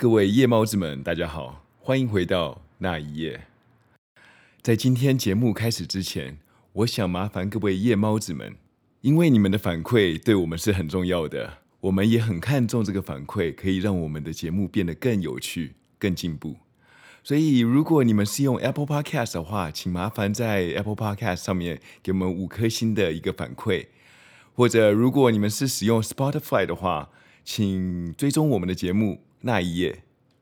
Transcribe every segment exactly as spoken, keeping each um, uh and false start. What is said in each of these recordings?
各位夜猫子们，大家好，欢迎回到那一夜。在今天节目开始之前，我想麻烦各位夜猫子们，因为你们的反馈对我们是很重要的，我们也很看重这个反馈，可以让我们的节目变得更有趣、更进步。所以如果你们是用 Apple Podcast 的话，请麻烦在 Apple Podcast 上面给我们五颗星的一个反馈，或者如果你们是使用 Spotify 的话，请追踪我们的节目那一夜。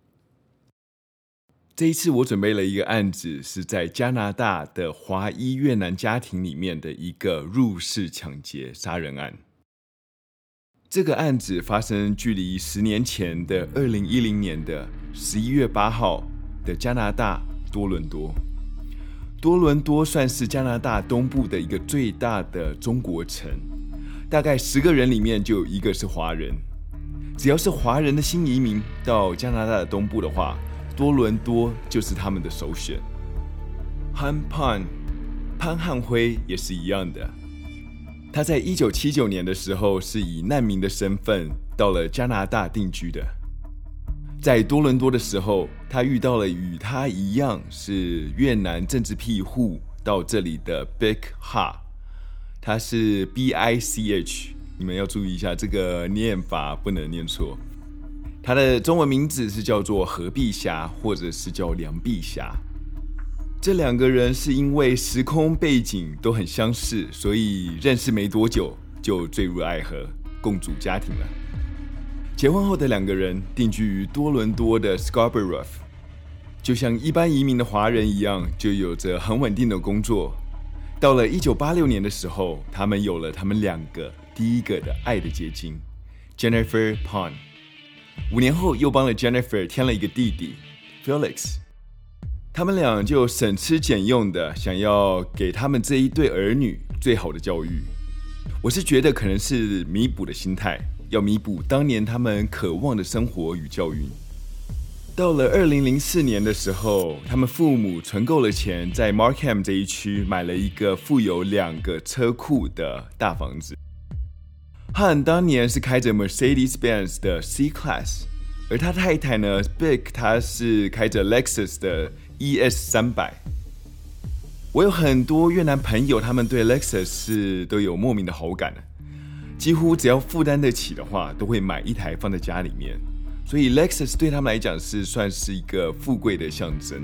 这一次我准备了一个案子，是在加拿大的华裔越南家庭里面的一个入室抢劫杀人案。这个案子发生距离十年前的二零一零年的十一月八号的加拿大多伦多。多伦多算是加拿大东部的一个最大的中国城，大概十个人里面就有一个是华人。只要是华人的新移民到加拿大的东部的话，多伦多就是他们的首选。Han Pan 潘汉辉也是一样的，他在一九七九年的时候是以难民的身份到了加拿大定居的。在多伦多的时候，他遇到了与他一样是越南政治庇护到这里的 Bich Ha， 他是 B I C H， 你们要注意一下这个念法不能念错。他的中文名字是叫做何碧霞，或者是叫梁碧霞。这两个人是因为时空背景都很相似，所以认识没多久就坠入爱河，共组家庭了。结婚后的两个人定居于多伦多的 Scarborough， 就像一般移民的华人一样，就有着很稳定的工作。到了一九八六年的时候，他们有了他们两个第一个的爱的结晶 Jennifer Pan。五年后又帮了 Jennifer 添了一个弟弟 Felix， 他们俩就省吃俭用的想要给他们这一对儿女最好的教育。我是觉得可能是弥补的心态，要弥补当年他们渴望的生活与教育。到了二零零四年的时候，他们父母存够了钱，在 Markham 这一区买了一个富有两个车库的大房子。汉当年是开着 Mercedes-Benz 的 C-Class， 而他太太呢 Bich 他是开着 Lexus 的 E S 三百。我有很多越南朋友，他们对 Lexus 是都有莫名的好感，几乎只要负担得起的话，都会买一台放在家里面。所以 Lexus 对他们来讲是算是一个富贵的象征。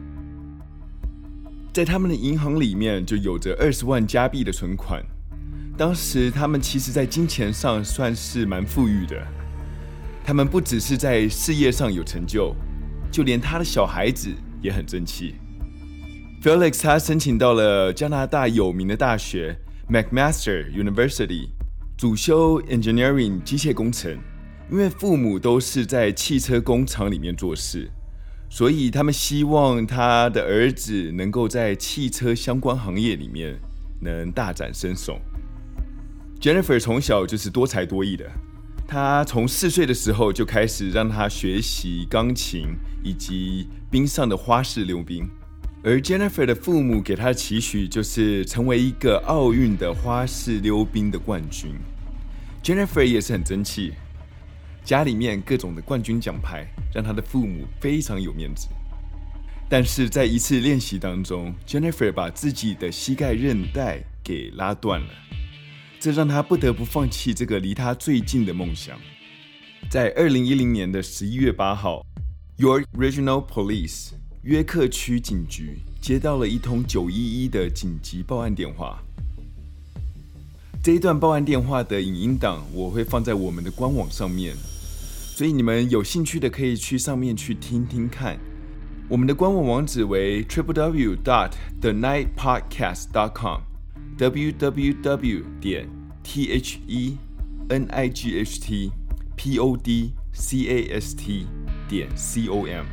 在他们的银行里面就有着二十万加币的存款。当时他们其实在金钱上算是蛮富裕的，他们不只是在事业上有成就，就连他的小孩子也很争气。 Felix 他申请到了加拿大有名的大学 McMaster University， 主修 Engineering 机械工程。因为父母都是在汽车工厂里面做事，所以他们希望他的儿子能够在汽车相关行业里面能大展身手。Jennifer 从小就是多才多艺的，她从四岁的时候就开始让她学习钢琴以及冰上的花式溜冰，而 Jennifer 的父母给她的期许就是成为一个奥运的花式溜冰的冠军。Jennifer 也是很争气，家里面各种的冠军奖牌让她的父母非常有面子。但是在一次练习当中 Jennifer 把自己的膝盖韧带给拉断了，这让他不得不放弃这个离他最近的梦想。在二零一零年的十一月八号 York Regional Police 约克区警局接到了一通九一一的紧急报案电话。这一段报案电话的影音档我会放在我们的官网上面，所以你们有兴趣的可以去上面去听听看。我们的官网网址为 double-u double-u double-u dot the night podcast dot com double-u double-u double-u 点 t h e n i g h t p o d c a s t 点 com。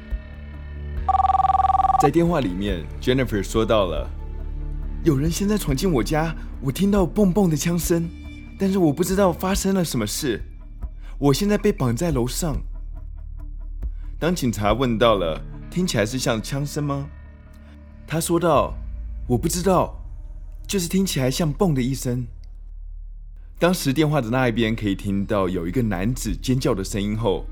在电话里面 Jennifer 说到了，有人现在闯进我家，我听到蹦蹦的枪声，但是我不知道发生了什么事，我现在被绑在楼上。当警察问到了听起来是像枪声吗？他说道，我不知道，就是听起来像蹦的一声。当时电话的那一边可以听到有一个男子尖叫的声音后，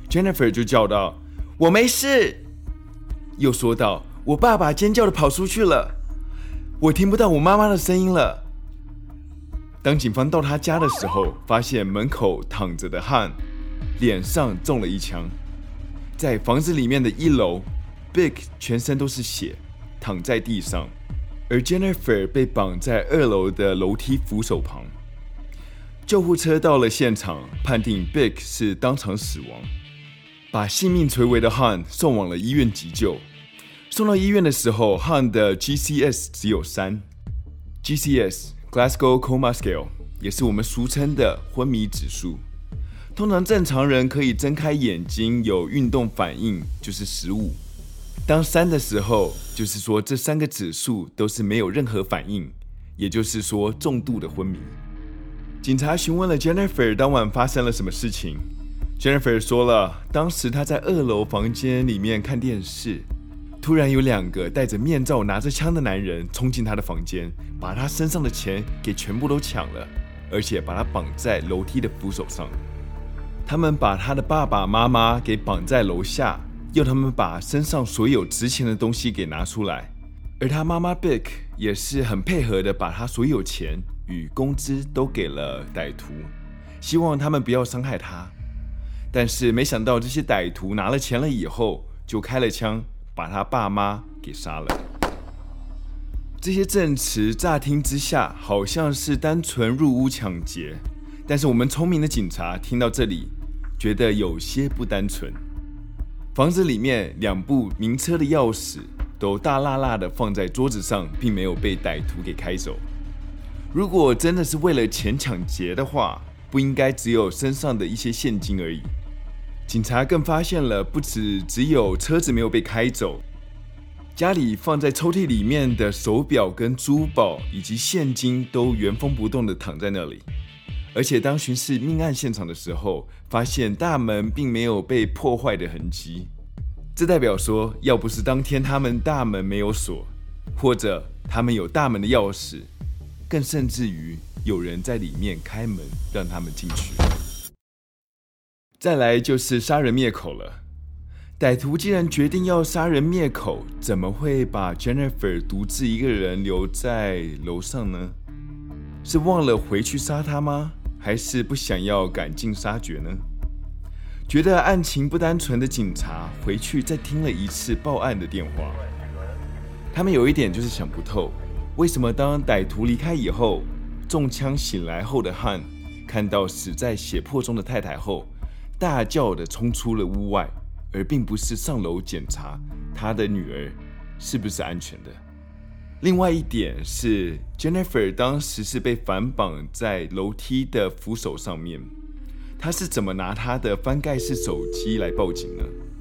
Jennifer 就叫道：“我没事。”又说道：“我爸爸尖叫的跑出去了，我听不到我妈妈的声音了。”当警方到他家的时候，发现门口躺着的汉脸上中了一枪。在房子里面的一楼 ，Big 全身都是血，躺在地上，而 Jennifer 被绑在二楼的楼梯扶手旁。救护车到了现场，判定 Big 是当场死亡，把性命垂危的汉送往了医院急救。送到医院的时候，汉的 G C S 只有三 ，G C S。Glasgow Coma Scale 也是我们俗称的昏迷指数。通常正常人可以睁开眼睛有运动反应就是十五，当三的时候，就是说这三个指数都是没有任何反应，也就是说重度的昏迷。警察询问了 Jennifer 当晚发生了什么事情。Jennifer 说了，当时她在二楼房间里面看电视，突然有两个戴着面罩拿着枪的男人冲进她的房间，把她身上的钱给全部都抢了，而且把她绑在楼梯的扶手上。他们把她的爸爸妈妈给绑在楼下，要他们把身上所有值钱的东西给拿出来。而她妈妈 Big 也是很配合的，把她所有钱与工资都给了歹徒，希望他们不要伤害她。但是没想到这些歹徒拿了钱了以后，就开了枪，把他爸妈给杀了。这些证词乍听之下好像是单纯入屋抢劫，但是我们聪明的警察听到这里，觉得有些不单纯。房子里面两部名车的钥匙都大辣辣的放在桌子上，并没有被歹徒给开走。如果真的是为了钱抢劫的话，不应该只有身上的一些现金而已。警察更发现了，不止只有车子没有被开走，家里放在抽屉里面的手表跟珠宝以及现金都原封不动的躺在那里。而且当巡视命案现场的时候，发现大门并没有被破坏的痕迹，这代表说，要不是当天他们大门没有锁，或者他们有大门的钥匙，更甚至于有人在里面开门让他们进去。再来就是杀人灭口了。歹徒既然决定要杀人灭口，怎么会把 Jennifer 独自一个人留在楼上呢？是忘了回去杀她吗？还是不想要赶尽杀绝呢？觉得案情不单纯的警察回去再听了一次报案的电话，他们有一点就是想不透，为什么当歹徒离开以后，中枪醒来后的汉看到死在血泊中的太太后，大叫的冲出了屋外，而并不是上楼检查他的女儿是不是安全的。另外一点是 Jennifer 当时是被反绑在楼梯的扶手上面，她是怎么拿她的翻盖式手机来报警呢？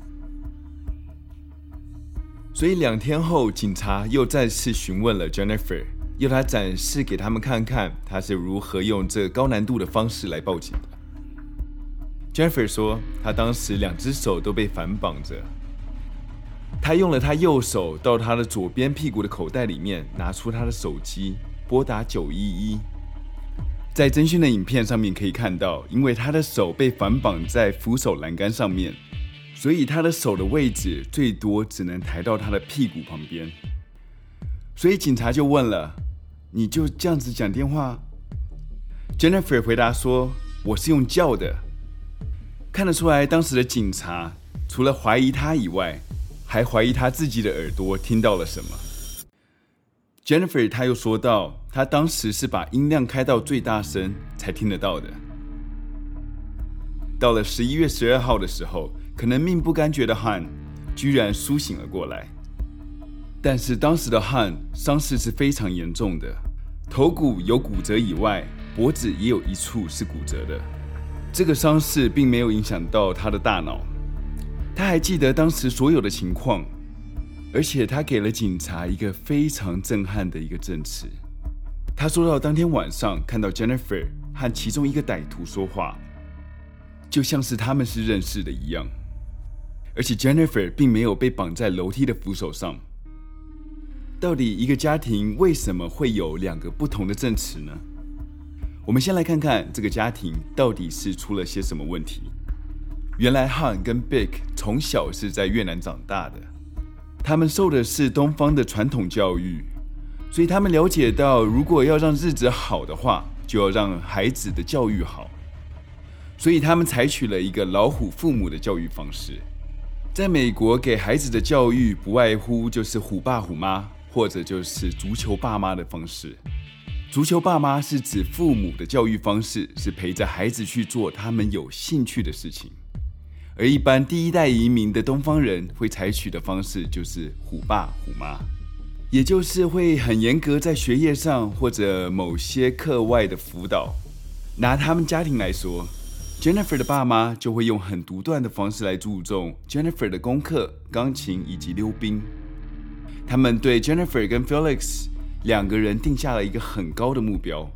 所以两天后，警察又再次询问了 Jennifer， 要她展示给他们看看她是如何用这高难度的方式来报警的。Jennifer 说，她当时两只手都被反绑着，她用了她右手到她的左边屁股的口袋里面拿出她的手机，拨打九一一。在侦讯的影片上面可以看到，因为她的手被反绑在扶手栏杆上面，所以她的手的位置最多只能抬到她的屁股旁边。所以警察就问了，你就这样子讲电话？ Jennifer 回答说，我是用叫的。看得出来，当时的警察除了怀疑他以外，还怀疑他自己的耳朵听到了什么。Jennifer 他又说到，他当时是把音量开到最大声才听得到的。到了十一月十二号的时候，可能命不该绝的汉居然苏醒了过来，但是当时的汉伤势是非常严重的，头骨有骨折以外，脖子也有一处是骨折的。这个伤势并没有影响到他的大脑，他还记得当时所有的情况，而且他给了警察一个非常震撼的一个证词。他说到当天晚上看到 Jennifer 和其中一个歹徒说话，就像是他们是认识的一样，而且 Jennifer 并没有被绑在楼梯的扶手上。到底一个家庭为什么会有两个不同的证词呢？我们先来看看这个家庭到底是出了些什么问题。 原来 Han 跟 Big 从小是在越南长大的，他们受的是东方的传统教育，所以他们了解到，如果要让日子好的话，就要让孩子的教育好，所以他们采取了一个老虎父母的教育方式。在美国，给孩子的教育不外乎就是虎爸虎妈，或者就是足球爸妈的方式。足球爸妈是指父母的教育方式是陪着孩子去做他们有兴趣的事情，而一般第一代移民的东方人会采取的方式就是虎爸虎妈，也就是会很严格在学业上或者某些课外的辅导。拿他们家庭来说， Jennifer 的爸妈就会用很独断的方式来注重 Jennifer 的功课、钢琴以及溜冰。他们对 Jennifer 跟 Felix 两个人定下了一个很高的目标。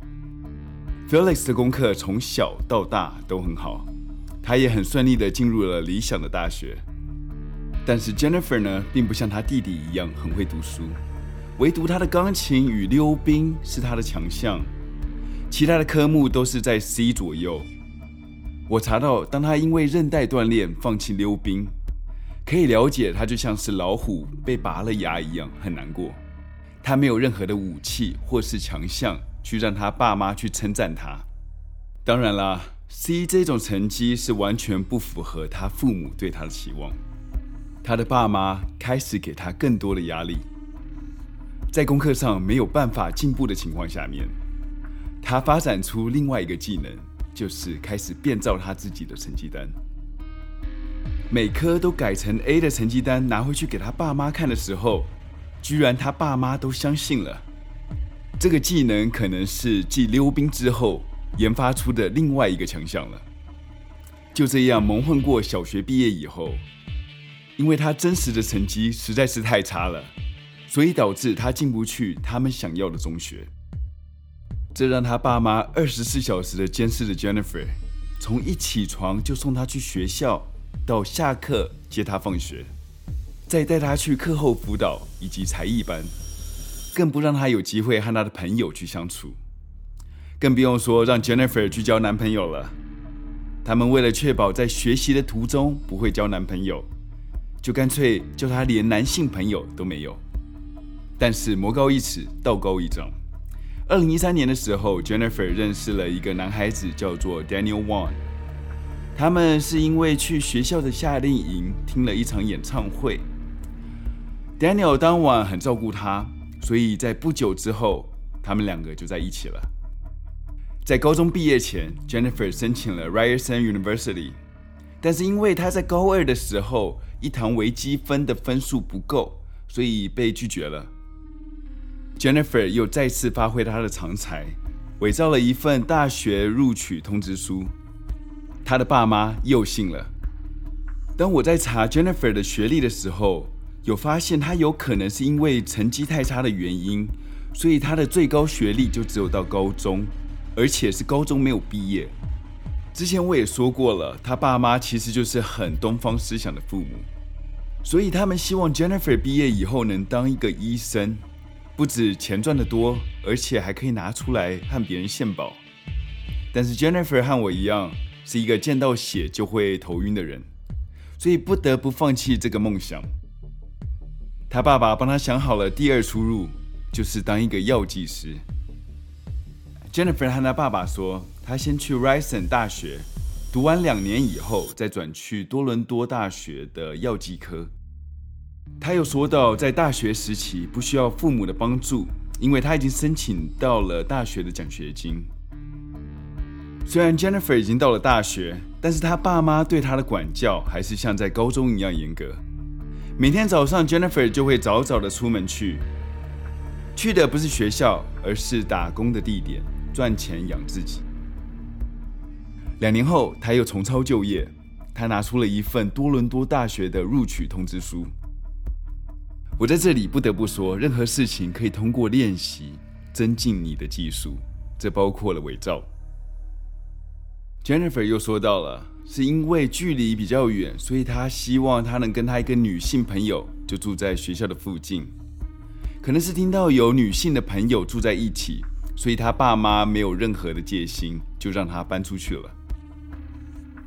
Felix 的功课从小到大都很好，他也很顺利地进入了理想的大学。但是 Jennifer 呢，并不像他弟弟一样很会读书，唯独他的钢琴与溜冰是他的强项，其他的科目都是在 C 左右。我查到，当他因为韧带断裂放弃溜冰，可以了解他就像是老虎被拔了牙一样，很难过。他没有任何的武器或是强项去让他爸妈去称赞他。当然啦， C 这种成绩是完全不符合他父母对他的期望。他的爸妈开始给他更多的压力，在功课上没有办法进步的情况下面，他发展出另外一个技能，就是开始变造他自己的成绩单。每科都改成 A 的成绩单拿回去给他爸妈看的时候，居然他爸妈都相信了。这个技能可能是继溜冰之后研发出的另外一个强项了。就这样蒙混过小学毕业以后，因为他真实的成绩实在是太差了，所以导致他进不去他们想要的中学。这让他爸妈二十四小时的监视着 Jennifer， 从一起床就送他去学校，到下课接他放学，再带他去课后辅导以及才艺班，更不让他有机会和他的朋友去相处，更不用说让 Jennifer 去交男朋友了。他们为了确保在学习的途中不会交男朋友，就干脆叫他连男性朋友都没有。但是魔高一尺，道高一丈。二零一三年的时候 ，Jennifer 认识了一个男孩子，叫做 Daniel Won。他们是因为去学校的夏令营听了一场演唱会。Daniel 当晚很照顾他，所以在不久之后，他们两个就在一起了。在高中毕业前 ，Jennifer 申请了 Ryerson University， 但是因为他在高二的时候一堂微积分的分数不够，所以被拒绝了。Jennifer 又再次发挥她的长才，伪造了一份大学录取通知书。她的爸妈又信了。当我在查 Jennifer 的学历的时候，有发现她有可能是因为成绩太差的原因，所以她的最高学历就只有到高中，而且是高中没有毕业。之前我也说过了，她爸妈其实就是很东方思想的父母，所以他们希望 Jennifer 毕业以后能当一个医生。不止钱赚得多，而且还可以拿出来和别人献宝。但是 Jennifer 和我一样，是一个见到血就会头晕的人，所以不得不放弃这个梦想。他爸爸帮他想好了第二出路，就是当一个药剂师。Jennifer 和他爸爸说，他先去 Ryerson 大学，读完两年以后，再转去多伦多大学的药剂科。他又说到，在大学时期不需要父母的帮助，因为他已经申请到了大学的奖学金。虽然 Jennifer 已经到了大学，但是他爸妈对他的管教还是像在高中一样严格。每天早上 Jennifer 就会早早的出门去，去的不是学校，而是打工的地点，赚钱养自己。两年后，他又重操旧业，他拿出了一份多伦多大学的录取通知书。我在这里不得不说，任何事情可以通过练习增进你的技术，这包括了伪造。Jennifer 又说到了，是因为距离比较远，所以他希望他能跟他一个女性朋友就住在学校的附近。可能是听到有女性的朋友住在一起，所以他爸妈没有任何的戒心，就让他搬出去了。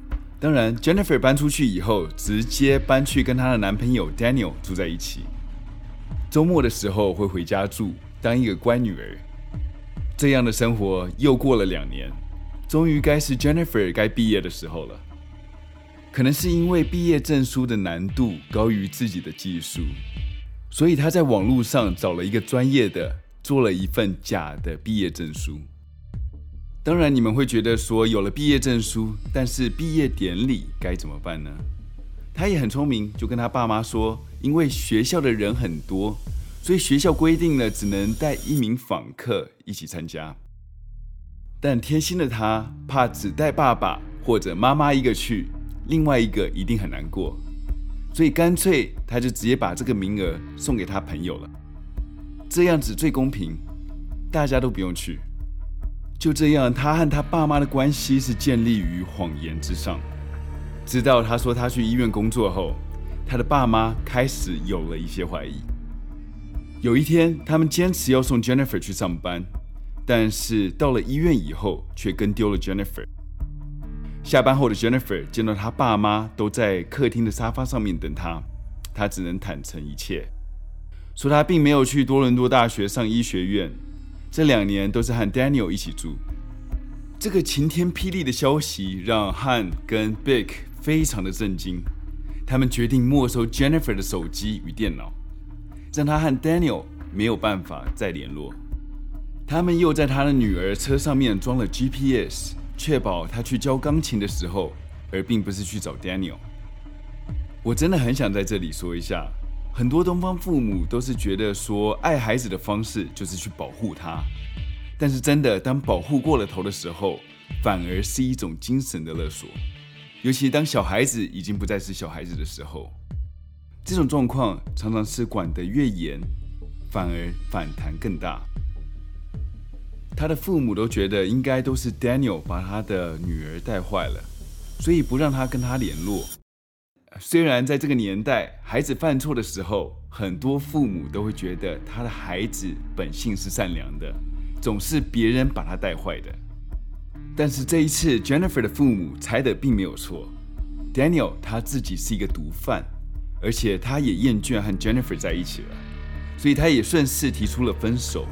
当然 Jennifer 搬出去以后，直接搬去跟她的男朋友 Daniel 住在一起。周末的时候会回家住，当一个乖女儿。这样的生活又过了两年，终于该是 Jennifer 该毕业的时候了。可能是因为毕业证书的难度高于自己的技术，所以她在网络上找了一个专业的，做了一份假的毕业证书。当然你们会觉得说，有了毕业证书，但是毕业典礼该怎么办呢？他也很聪明，就跟他爸妈说，因为学校的人很多，所以学校规定了只能带一名访客一起参加。但贴心的他怕只带爸爸或者妈妈一个去，另外一个一定很难过，所以干脆他就直接把这个名额送给他朋友了。这样子最公平，大家都不用去。就这样，他和他爸妈的关系是建立于谎言之上。直到他说他去医院工作后，他的爸妈开始有了一些怀疑。有一天，他们坚持要送 Jennifer 去上班，但是到了医院以后，却跟丢了 Jennifer。下班后的 Jennifer 见到他爸妈都在客厅的沙发上面等他，他只能坦诚一切，说他并没有去多伦多大学上医学院，这两年都是和 Daniel 一起住。这个晴天霹雳的消息让 Han 跟 Big 非常的震惊，他们决定没收 Jennifer 的手机与电脑，让他和 Daniel 没有办法再联络。他们又在他的女儿车上面装了 G P S， 确保他去教钢琴的时候，而并不是去找 Daniel。 我真的很想在这里说一下，很多东方父母都是觉得说，爱孩子的方式就是去保护他，但是真的当保护过了头的时候，反而是一种精神的勒索。尤其当小孩子已经不再是小孩子的时候，这种状况常常是管得越严，反而反弹更大。他的父母都觉得应该都是 Daniel 把他的女儿带坏了，所以不让他跟他联络。虽然在这个年代，孩子犯错的时候，很多父母都会觉得他的孩子本性是善良的，总是别人把他带坏的。但是这一次 Jennifer 的父母猜的并没有错， Daniel 他自己是一个毒贩，而且他也厌倦和 Jennifer 在一起了，所以他也顺势提出了分手。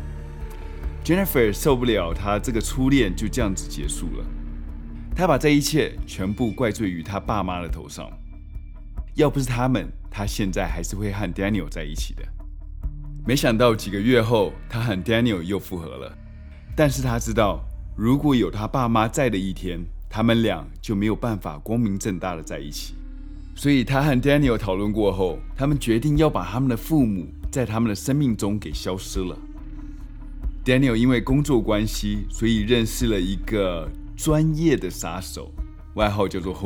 Jennifer 受不了他这个初恋就这样子结束了，他把这一切全部怪罪于他爸妈的头上。要不是他们，他现在还是会和 Daniel 在一起的。没想到几个月后，他和 Daniel 又复合了，但是他知道，如果有他爸妈在的一天，他们俩就没有办法光明正大的在一起。所以他和 Daniel 讨论过后，他们决定要把他们的父母在他们的生命中给消失了。Daniel 因为工作关系，所以认识了一个专业的杀手，外号叫做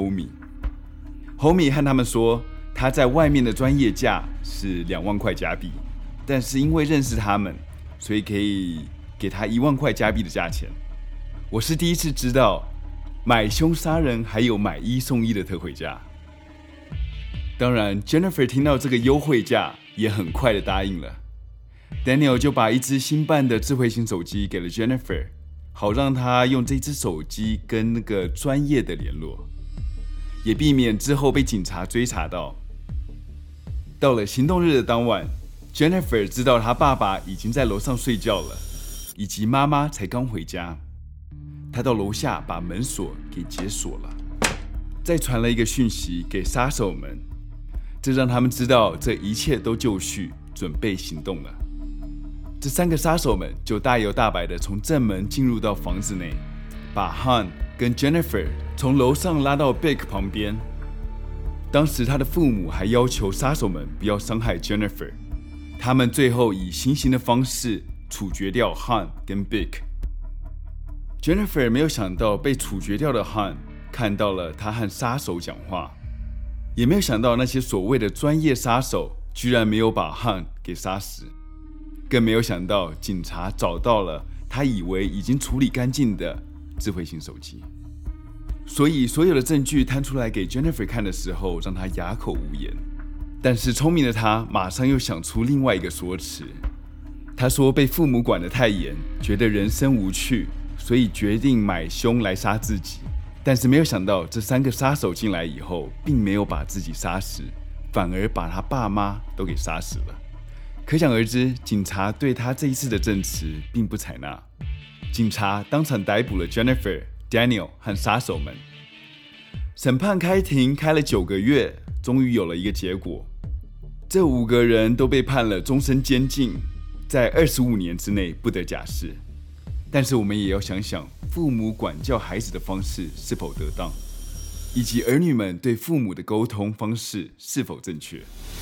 Homie。Homie 和他们说，他在外面的专业价是两万块加币，但是因为认识他们，所以可以给他一万块加币的价钱。我是第一次知道，买凶杀人还有买一送一的特惠价。当然 ，Jennifer 听到这个优惠价，也很快的答应了。Daniel 就把一只新办的智慧型手机给了 Jennifer， 好让她用这只手机跟那个专业的联络，也避免之后被警察追查到。到了行动日的当晚， Jennifer 知道她爸爸已经在楼上睡觉了，以及妈妈才刚回家。她到楼下把门锁给解锁了，再传了一个讯息给杀手们，这让他们知道这一切都就绪，准备行动了。这三个杀手们就大摇大摆的从正门进入到房子内，把 Han 跟 Jennifer 从楼上拉到 Big 旁边。当时他的父母还要求杀手们不要伤害 Jennifer， 他们最后以行刑的方式处决掉 Han 跟 Big。Jennifer 没有想到被处决掉的 Han 看到了他和杀手讲话，也没有想到那些所谓的专业杀手居然没有把 Han 给杀死，更没有想到警察找到了他以为已经处理干净的智慧型手机。所以所有的证据摊出来给 Jennifer 看的时候，让他哑口无言。但是聪明的他马上又想出另外一个说辞，他说被父母管得太严，觉得人生无趣，所以决定买凶来杀自己。 但是没有想到，这三个杀手进来以后，并没有把自己杀死，反而把他爸妈都给杀死了。可想而知，警察对他这一次的证词并不采纳。警察当场逮捕了 Jennifer、Daniel 和杀手们。审判开庭开了九个月，终于有了一个结果。这五个人都被判了终身监禁，在二十五年之内不得假释。但是我们也要想想，父母管教孩子的方式是否得当，以及儿女们对父母的沟通方式是否正确。